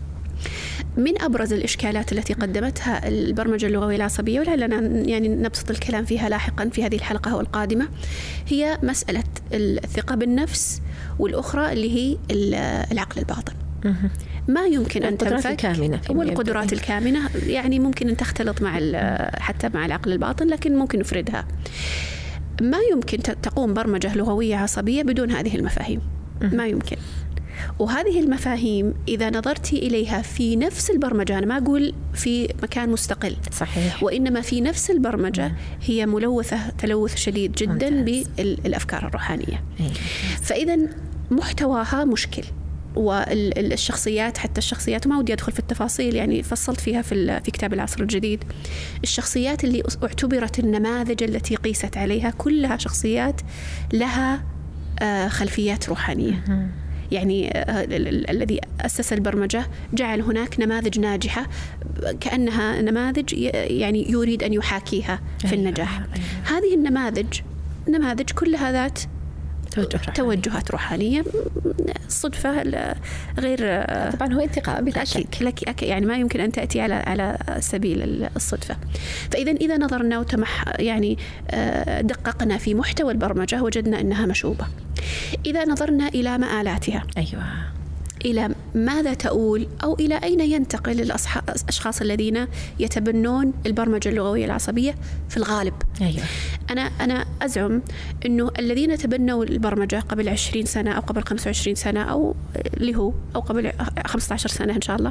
من أبرز الإشكالات التي قدمتها البرمجة اللغوية العصبية، ولعلنا يعني نبسط الكلام فيها لاحقا في هذه الحلقة القادمة، هي مسألة الثقة بالنفس، والأخرى اللي هي العقل الباطن. ما يمكن أن تنفك، والقدرات الكامنة يعني ممكن أن تختلط حتى مع العقل الباطن، لكن ممكن نفردها. ما يمكن تقوم برمجة لغوية عصبية بدون هذه المفاهيم، ما يمكن. وهذه المفاهيم إذا نظرتي إليها في نفس البرمجة، أنا ما أقول في مكان مستقل، صحيح، وإنما في نفس البرمجة هي ملوثة تلوث شديد جدا بالأفكار الروحانية. فإذا محتواها مشكل، والشخصيات، حتى الشخصيات، وما ودي أدخل في التفاصيل، يعني فصلت فيها في كتاب العصر الجديد. الشخصيات اللي اعتبرت النماذج التي قيست عليها كلها شخصيات لها خلفيات روحانية. يعني الذي أسس البرمجة جعل هناك نماذج ناجحة كأنها نماذج يعني يريد أن يحاكيها في النجاح. هذه النماذج كلها ذات توجهات روحانية. صدفة غير، طبعا هو انتقاء بلا شك، لك يعني ما يمكن أن تأتي على سبيل الصدفة. إذا نظرنا يعني دققنا في محتوى البرمجة وجدنا أنها مشوبة. إذا نظرنا إلى مآلاتها، إلى ماذا تؤول أو إلى أين ينتقل الأشخاص الذين يتبنون البرمجة اللغوية العصبية في الغالب. أنا أزعم أنه الذين تبنوا البرمجة قبل 20 سنة أو قبل 25 سنة أو قبل 15 سنة إن شاء الله،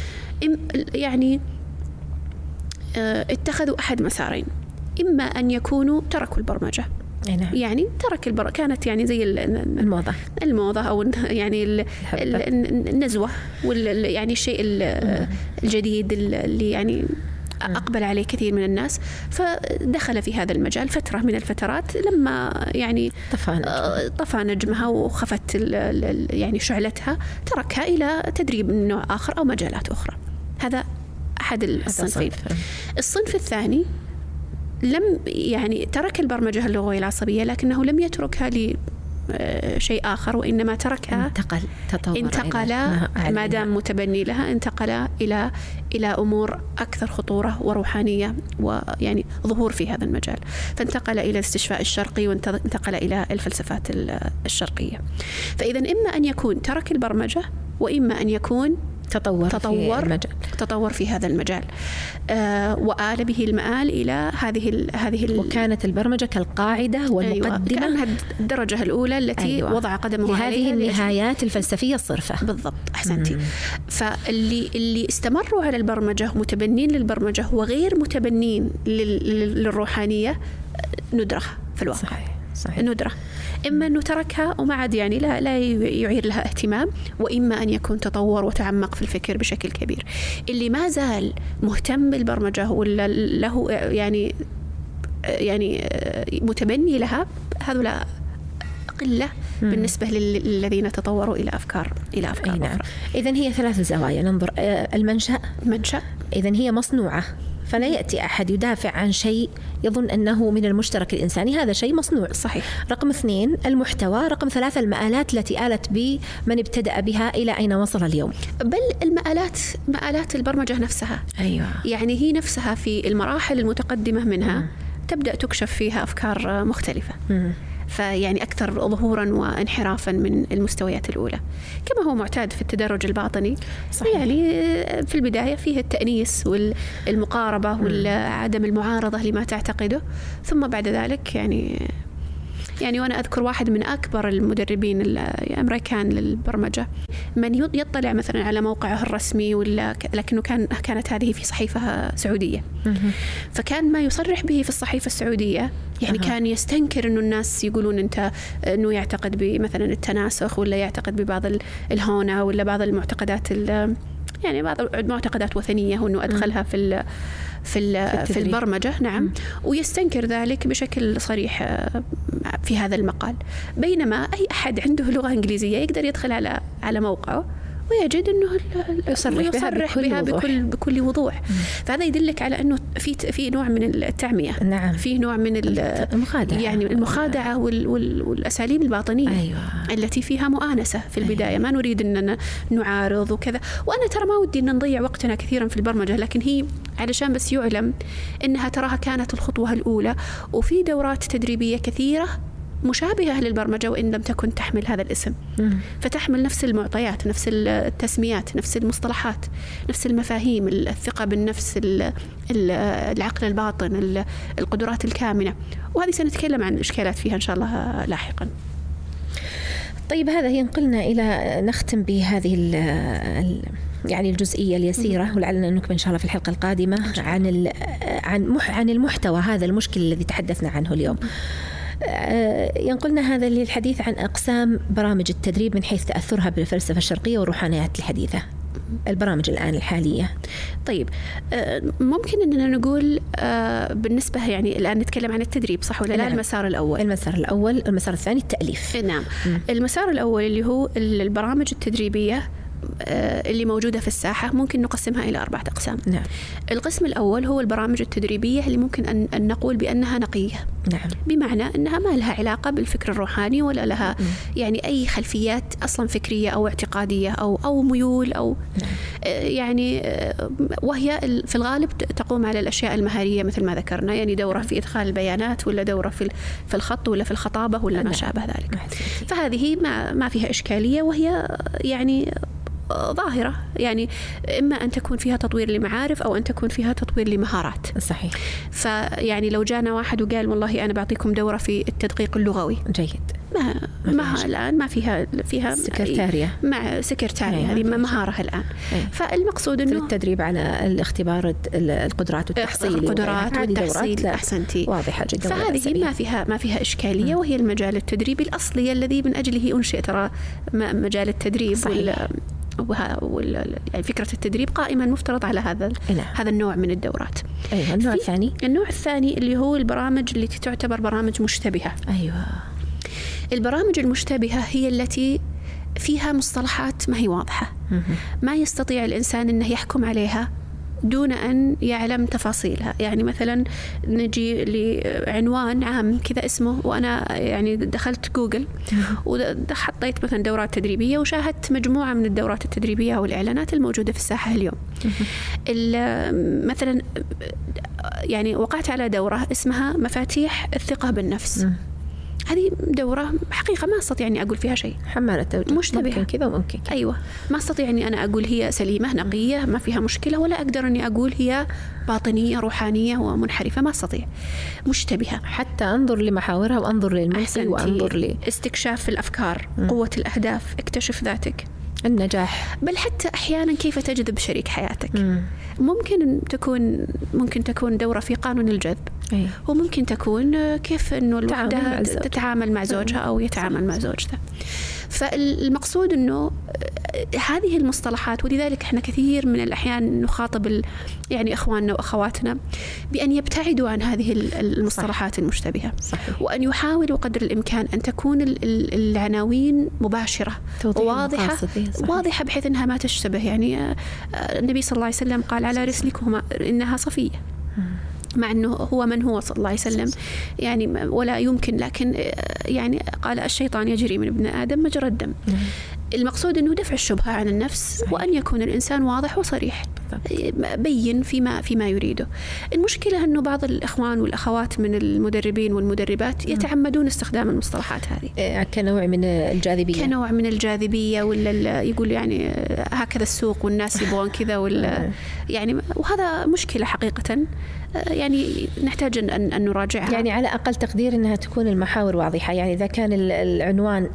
يعني اتخذوا أحد مسارين: إما أن يكونوا تركوا البرمجة، يعني ترك كانت يعني زي الموضة أو يعني النزوة، يعني الشيء الجديد اللي يعني أقبل عليه كثير من الناس، فدخل في هذا المجال فترة من الفترات، لما يعني طفى نجمها وخفت يعني شعلتها، تركها إلى تدريب من نوع آخر أو مجالات أخرى. هذا أحد الصنفين. الصنف الثاني يعني ترك البرمجة اللغوية العصبية، لكنه لم يتركها لشيء آخر، وإنما تركها انتقل ما دام متبني لها، انتقل إلى أمور أكثر خطورة وروحانية ويعني ظهور في هذا المجال، فانتقل إلى الاستشفاء الشرقي وانتقل إلى الفلسفات الشرقية. فإذا إما أن يكون ترك البرمجة، وإما أن يكون تطور في هذا المجال، وآل به المآل إلى هذه وكانت البرمجة كالقاعدة والمقدمة، كأنها الدرجة الأولى التي وضع قدمه عليها، هذه النهايات الفلسفية الصرفة. بالضبط، أحسنتي. فاللي استمروا على البرمجة متبنين للبرمجة وغير متبنين للروحانية ندرة في الواقع. صحيح. ندرة، إما أنه تركها وما عاد يعني لا يعير لها اهتمام، وإما أن يكون تطور وتعمق في الفكر بشكل كبير. اللي ما زال مهتم بالبرمجة ولا له يعني متبني لها، هذولا قلة بالنسبة للذين تطوروا إلى أفكار نعم. إذن هي 3 زوايا ننظر. المنشأ، إذن هي مصنوعة، فلا يأتي أحد يدافع عن شيء يظن أنه من المشترك الإنساني، هذا شيء مصنوع. صحيح. رقم 2 المحتوى. رقم 3 المآلات التي آلت بمن ابتدأ بها إلى أين وصل اليوم. بل مآلات البرمجة نفسها. أيوة. يعني هي نفسها في المراحل المتقدمة منها تبدأ تكشف فيها أفكار مختلفة. فيعني أكثر ظهوراً وانحرافاً من المستويات الأولى، كما هو معتاد في التدرج الباطني. صحيح. يعني في البداية فيه التأنيس والمقاربة وعدم المعارضة لما تعتقده، ثم بعد ذلك يعني وأنا أذكر واحد من أكبر المدربين الأمريكان للبرمجة، من يطلع مثلا على موقعه الرسمي لكنه كانت هذه في صحيفة سعودية، فكان ما يصرح به في الصحيفة السعودية يعني كان يستنكر إنه الناس يقولون إنه يعتقد بمثلا التناسخ، ولا يعتقد ببعض الهونة، ولا بعض المعتقدات يعني بعض المعتقدات وثنية، وإنه أدخلها في البرمجة. نعم. ويستنكر ذلك بشكل صريح في هذا المقال، بينما أي أحد عنده لغة إنجليزية يقدر يدخل على موقعه ويجد أنه يصرح بها بكل وضوح. فهذا يدلك على أنه في نوع من التعمية. نعم. في نوع من المخادعة، يعني المخادعة والأساليب الباطنية. أيوة. التي فيها مؤانسة في البداية. أيوة. ما نريد أننا نعارض وكذا، وأنا ترى ما ودي أن نضيع وقتنا كثيرا في البرمجة، لكن هي علشان بس يعلم أنها تراها كانت الخطوة الأولى، وفي دورات تدريبية كثيرة مشابهة للبرمجة وإن لم تكن تحمل هذا الاسم. فتحمل نفس المعطيات، نفس التسميات، نفس المصطلحات، نفس المفاهيم، الثقة بالنفس، العقل الباطن، القدرات الكامنة، وهذه سنتكلم عن الإشكالات فيها إن شاء الله لاحقا. طيب، هذا ينقلنا إلى نختم بهذه يعني الجزئية اليسيرة، ولعلنا نكمل إن شاء الله في الحلقة القادمة عن المحتوى هذا المشكل الذي تحدثنا عنه اليوم. ينقلنا هذا للحديث عن أقسام برامج التدريب من حيث تأثرها بالفلسفة الشرقية والروحانيات الحديثة، البرامج الآن الحالية. طيب، ممكن أننا نقول بالنسبة يعني الآن نتكلم عن التدريب، صح ولا لا؟ نعم. المسار الأول، المسار الثاني التأليف. نعم. المسار الأول اللي هو البرامج التدريبية اللي موجودة في الساحة، ممكن نقسمها إلى 4 أقسام. نعم. القسم الأول هو البرامج التدريبية اللي ممكن أن نقول بأنها نقية. نعم. بمعنى أنها ما لها علاقة بالفكر الروحاني، ولا لها يعني أي خلفيات أصلا فكرية أو اعتقادية أو ميول أو يعني، وهي في الغالب تقوم على الأشياء المهارية مثل ما ذكرنا، يعني دورة في إدخال البيانات، ولا دورة في الخط، ولا في الخطابة، ولا ما شابه ذلك. فهذه ما فيها إشكالية، وهي يعني ظاهرة، يعني إما أن تكون فيها تطوير لمعارف أو أن تكون فيها تطوير لمهارات. صحيح. فيعني لو جانا واحد وقال والله أنا بعطيكم دورة في التدقيق اللغوي، جيد، ما الآن ما فيها سكرتارية، مع سكرتارية، هذه مهارة الآن. فالمقصود إنه التدريب على الاختبار القدرات والتحصيل، أحسنتي، واضحة جدا. فهذه ما فيها إشكالية، وهي المجال التدريبي الأصلي الذي من أجله أنشئ ترى مجال التدريب. يعني فكرة التدريب قائمة مفترض على هذا النوع من الدورات. أيوة. النوع الثاني اللي هو البرامج التي تعتبر برامج مشتبهة. أيوة. البرامج المشتبهة هي التي فيها مصطلحات ما هي واضحة، ما يستطيع الإنسان أنه يحكم عليها دون أن يعلم تفاصيلها. يعني مثلا نجي لعنوان عام كذا اسمه، وأنا يعني دخلت جوجل وحطيت مثلا دورات تدريبية، وشاهدت مجموعة من الدورات التدريبية والإعلانات الموجودة في الساحة اليوم. مثلا يعني وقعت على دورة اسمها مفاتيح الثقة بالنفس. هذه دورة حقيقة ما أستطيع أني أقول فيها شيء، حمالة توجيه، مشتبهة، ممكن كذا وممكن كذا. أيوة، ما أستطيع أني أنا أقول هي سليمة نقية ما فيها مشكلة، ولا أقدر أني أقول هي باطنية روحانية ومنحرفة، ما أستطيع، مشتبهة. حتى أنظر لمحاورها، وأنظر للملقي، وأنظر استكشاف الأفكار، قوة الأهداف، اكتشف ذاتك. النجاح، بل حتى أحيانا كيف تجذب شريك حياتك. ممكن تكون دورة في قانون الجذب، وممكن تكون كيف إنه الوحدة تتعامل مع زوجها أو يتعامل مع زوجته. فالمقصود إنه هذه المصطلحات، ولذلك إحنا كثير من الأحيان نخاطب يعني إخواننا وأخواتنا بأن يبتعدوا عن هذه المصطلحات المشتبهة، وأن يحاولوا قدر الإمكان أن تكون العناوين مباشرة واضحة بحيث أنها ما تشتبه. يعني النبي صلى الله عليه وسلم قال على رسلكما إنها صفية، مع أنه هو من هو صلى الله عليه وسلم يعني ولا يمكن، لكن يعني قال الشيطان يجري من ابن آدم مجرى الدم. المقصود أنه دفع الشبهة عن النفس، وأن يكون الإنسان واضح وصريح بين فيما يريده. المشكلة أنه بعض الإخوان والأخوات من المدربين والمدربات يتعمدون استخدام المصطلحات هذه كنوع من الجاذبية، ولا يقول يعني هكذا السوق والناس يبغون كذا، ولا يعني، وهذا مشكلة حقيقة يعني نحتاج أن نراجعها. يعني على أقل تقدير أنها تكون المحاور واضحة. يعني إذا كان العنوان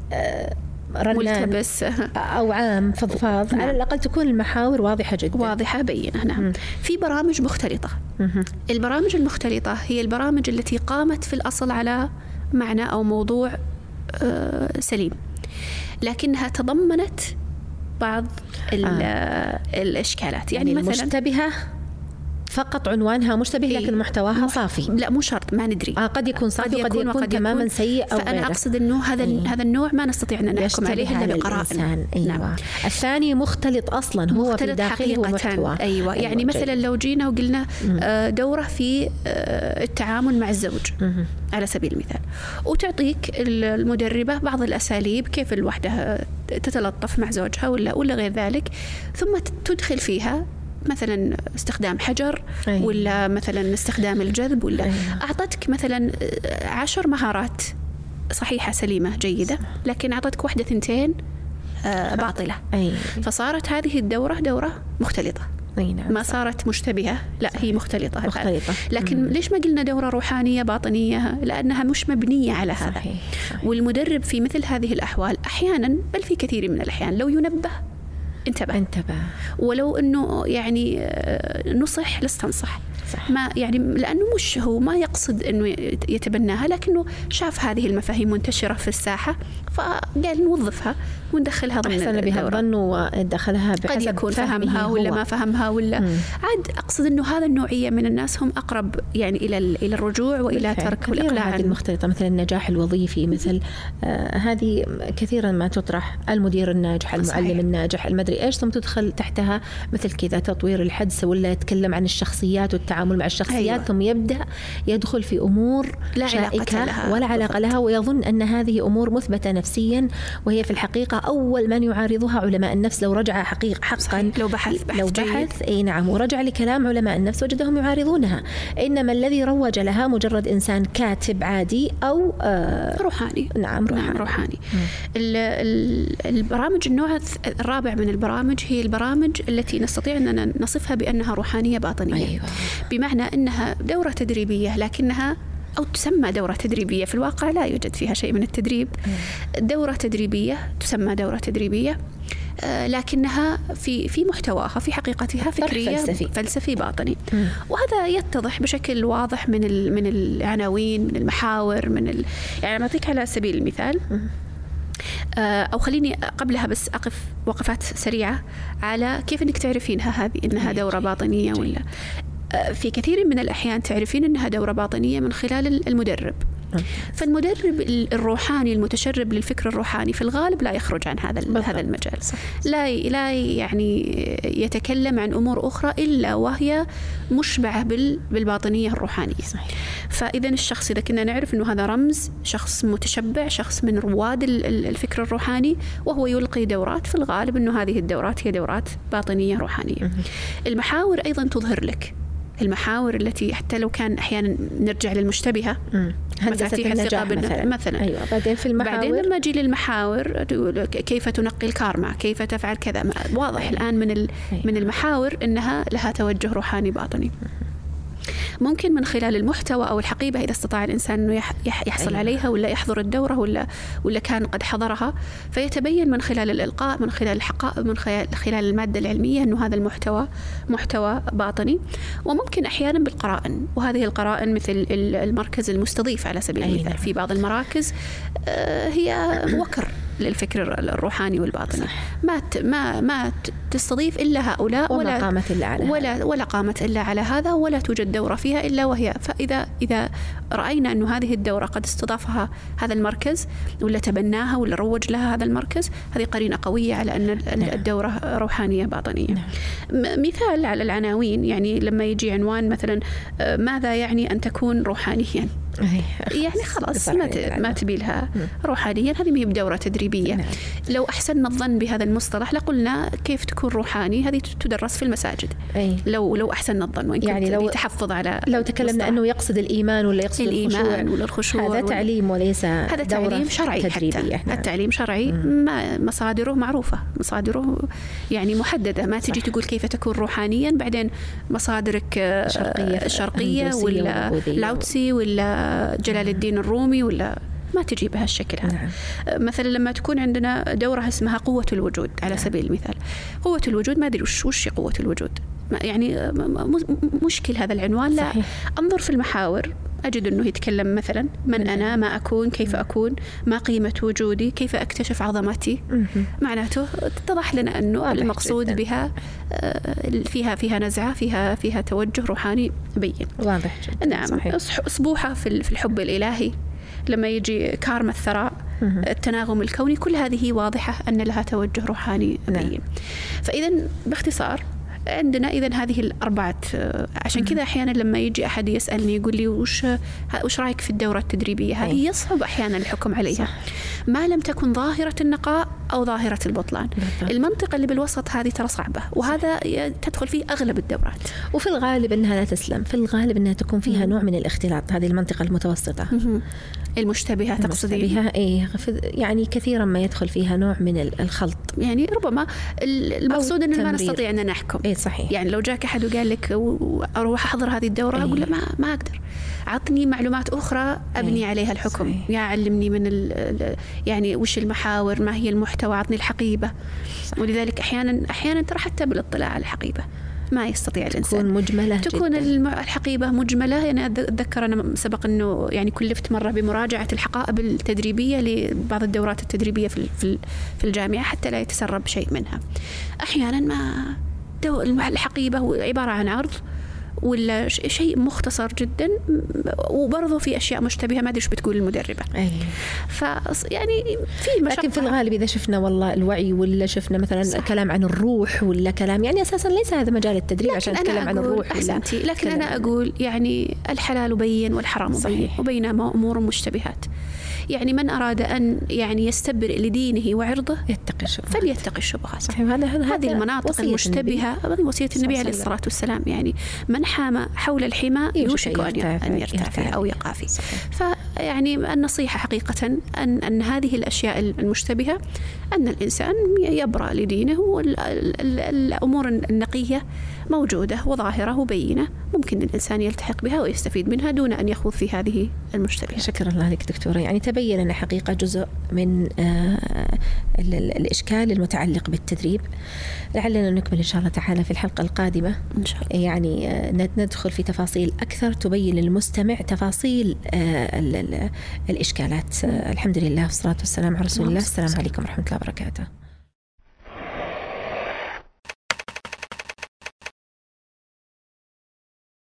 ملتبس أو عام فضفاض، على الأقل تكون المحاور واضحة جدا، واضحة بينة. نعم. في برامج مختلطة. البرامج المختلطة هي البرامج التي قامت في الأصل على معنى أو موضوع سليم، لكنها تضمنت بعض الإشكالات. يعني مثلا مشتبهة فقط عنوانها مشتبه لكن محتواها صافي. لا مو شرط، ما ندري. قد يكون صافي وقد يكون تماما سيء أو فأنا أقصد أنه هذا النوع ما نستطيع أن نحكم عليه إلا بقرائن. نعم. الثاني مختلط أصلا، هو في داخله ومحتواه. أيوة. يعني مثلا لو جينا وقلنا دورة في التعامل مع الزوج على سبيل المثال، وتعطيك المدربة بعض الأساليب كيف الوحدة تتلطف مع زوجها ولا غير ذلك، ثم تدخل فيها مثلا استخدام حجر، ولا مثلا استخدام الجذب، ولا أعطتك مثلا 10 مهارات صحيحة سليمة جيدة، لكن أعطتك 1 2 باطلة. فصارت هذه الدورة دورة مختلطة. ما صارت مشتبهة، لا هي مختلطة. لكن ليش ما قلنا دورة روحانية باطنية؟ لأنها مش مبنية على هذا. صحيح. والمدرب في مثل هذه الأحوال أحيانا، بل في كثير من الأحيان، لو ينبه انتبه. ولو أنه يعني نصح لاستنصح. ما يعني لأنه مش هو ما يقصد أنه يتبناها، لكنه شاف هذه المفاهيم منتشرة في الساحة فقال نوظفها وندخلها ضمن أحسن بها الظن ودخلها بحسب قد يكون فهمها ولا ما فهمها ولا عاد. أقصد أنه هذا النوعية من الناس هم أقرب يعني إلى الرجوع وإلى ترك والإقلاع عن المختلطة. مثل النجاح الوظيفي، مثل هذه كثيرا ما تطرح المدير الناجح، المعلم الناجح، المدري إيش، ثم تدخل تحتها مثل كذا تطوير الحدس، ولا يتكلم عن الشخصيات والتعامل مع الشخصيات. ثم يبدأ يدخل في أمور شائكة ولا علاقة لها، ويظن أن هذه أمور مثبتة نفسيا، وهي في الحقيقة أول من يعارضها علماء النفس. لو رجع حقا لو بحث أي نعم، ورجع لكلام علماء النفس وجدهم يعارضونها. إنما الذي روج لها مجرد إنسان كاتب عادي أو روحاني. نعم روحاني. البرامج النوع الرابع من البرامج هي البرامج التي نستطيع أن نصفها بأنها روحانية باطنية. بمعنى أنها دورة تدريبية، لكنها أو تسمى دورة تدريبية، في الواقع لا يوجد فيها شيء من التدريب. دورة تدريبية تسمى دورة تدريبية، لكنها في محتواها في حقيقتها فكرية فلسفي باطني. وهذا يتضح بشكل واضح من العناوين، من المحاور، يعني أعطيك على سبيل المثال، أو خليني قبلها بس أقف وقفات سريعة على كيف أنك تعرفينها هذه إنها دورة باطنية ولا. في كثير من الأحيان تعرفين أنها دورة باطنية من خلال المدرب. فالمدرب الروحاني المتشرب للفكر الروحاني في الغالب لا يخرج عن هذا المجال. لا يعني يتكلم عن أمور أخرى إلا وهي مشبعة بالباطنية الروحانية. فإذا الشخص إذا كنا نعرف أنه هذا رمز شخص متشبع، شخص من رواد الفكر الروحاني، وهو يلقي دورات، في الغالب أنه هذه الدورات هي دورات باطنية روحانية. المحاور أيضا تظهر لك المحاور التي حتى لو كان أحيانا نرجع للمشتبهة، مفاتيح النجاح مثلا. أيوة. بعدين لما أجي للمحاور كيف تنقي الكارما، كيف تفعل كذا، واضح الآن من المحاور أنها لها توجه روحاني باطني. ممكن من خلال المحتوى أو الحقيبة إذا استطاع الإنسان أنه يحصل عليها ولا يحضر الدورة ولا كان قد حضرها، فيتبين من خلال الإلقاء، من خلال الحقائب، من خلال المادة العلمية أنه هذا المحتوى محتوى باطني. وممكن أحيانا بالقرائن، وهذه القرائن مثل المركز المستضيف على سبيل المثال. في بعض المراكز هي وكر للفكر الروحاني والباطني، ما تستضيف إلا هؤلاء ولا قامت إلا على ولا قامت إلا على هذا، ولا توجد دورة فيها إلا وهي. فإذا رأينا أن هذه الدورة قد استضافها هذا المركز ولا تبناها ولا روج لها هذا المركز، هذه قرينة قوية على أن الدورة روحانية باطنية. مثال على العناوين، يعني لما يجي عنوان مثلا ماذا يعني أن تكون روحانيا، يعني خلاص ما تبي لها روحانيا، هذه ما هي بدورة تدريبية. لو أحسننا الظن بهذا المصطلح لقلنا كيف تكون روحاني، هذه تدرس في المساجد. لو أحسننا الظن، وإن يعني لو تحفظ على لو تكلمنا أنه يقصد الإيمان ولا يقصد الإيمان ولا الخشوع، هذا تعليم وليس هذا تعليم شرعي تدريبي. التعليم شرعي مصادره معروفة، مصادره يعني محددة. ما تجي تقول كيف تكون روحانيا بعدين مصادرك الشرقية ولا لاوتسي ولا جلال الدين الرومي، ولا ما تجي بهالشكل هذا. مثلا لما تكون عندنا دورة اسمها قوة الوجود على سبيل المثال، قوة الوجود ما أدري وش قوة الوجود، يعني مشكل هذا العنوان. لا، أنظر في المحاور أجد أنه يتكلم مثلا من أنا، ما أكون، كيف أكون، ما قيمة وجودي، كيف أكتشف عظمتي. معناته اتضح لنا أنه المقصود بها فيها نزعة، فيها توجه روحاني بين. واضح جدا. نعم. أصبوحة في الحب الإلهي، لما يجي كارما الثراء، التناغم الكوني، كل هذه واضحة أن لها توجه روحاني بين. فإذا باختصار عندنا إذن هذه الأربعة. عشان كذا أحيانا لما يجي أحد يسألني يقول لي وش رأيك في الدورة التدريبية هذه، يصعب أحيانا الحكم عليها ما لم تكن ظاهرة النقاء أو ظاهرة البطلان. المنطقة اللي بالوسط هذه ترى صعبة، وهذا تدخل فيه أغلب الدورات، وفي الغالب أنها لا تسلم، في الغالب أنها تكون فيها نوع من الاختلاط. هذه المنطقة المتوسطة المشتبهة تقصدين؟ يعني كثيرا ما يدخل فيها نوع من الخلط. يعني ربما المقصود أن ما نستطيع أن نحكم. صحيح. يعني لو جاك أحد وقال لك أروح أحضر هذه الدورة، أقول له ما أقدر، عطني معلومات أخرى أبني عليها الحكم. صحيح. يا علمني من يعني وش المحاور، ما هي المحتوى، عطني الحقيبة. صحيح. ولذلك أحيانا ترى حتى بالاطلاع على الححقيبة ما يستطيع الإنسان. تكون الحقيبة مجملة. يعني أتذكر أنا سبق أنه يعني كلفت مرة بمراجعة الحقائب التدريبية لبعض الدورات التدريبية في الجامعة حتى لا يتسرب شيء منها. أحيانا ما الحقيبة عبارة عن عرض ولا شيء مختصر جدا، وبرضه في أشياء مشتبهة ما أدري إيش بتقول المدربة. يعني في مشقة. لكن في الغالب إذا شفنا والله الوعي ولا شفنا مثلا كلام عن الروح ولا كلام، يعني أساسا ليس هذا مجال التدريب عشان نتكلم عن الروح. لكن أنا أقول يعني الحلال بين والحرام بين، وبينما أمور مشتبهات. يعني من أراد أن يعني يستبرئ لدينه وعرضه فليتقي الشبهات. هذه المناطق المشتبهة وصية النبي عليه الصلاة والسلام، يعني من حام حول الحمى يوشك أن يرتع فيه أو يقع فيه. فيعني النصيحة حقيقة أن هذه الأشياء المشتبهة أن الإنسان يبرأ لدينه، والأمور النقية موجودة وظاهرة وبينة، ممكن الإنسان يلتحق بها ويستفيد منها دون أن يخوض في هذه المشتبهات. شكرا الله لك دكتورة. يعني تبين أن حقيقة جزء من الإشكال المتعلق بالتدريب. لعلنا نكمل إن شاء الله تعالى في الحلقة القادمة إن شاء الله. يعني ندخل في تفاصيل أكثر تبين للمستمع تفاصيل الإشكالات. الحمد لله والصلاة والسلام على رسول الله. السلام عليكم ورحمة الله وبركاته.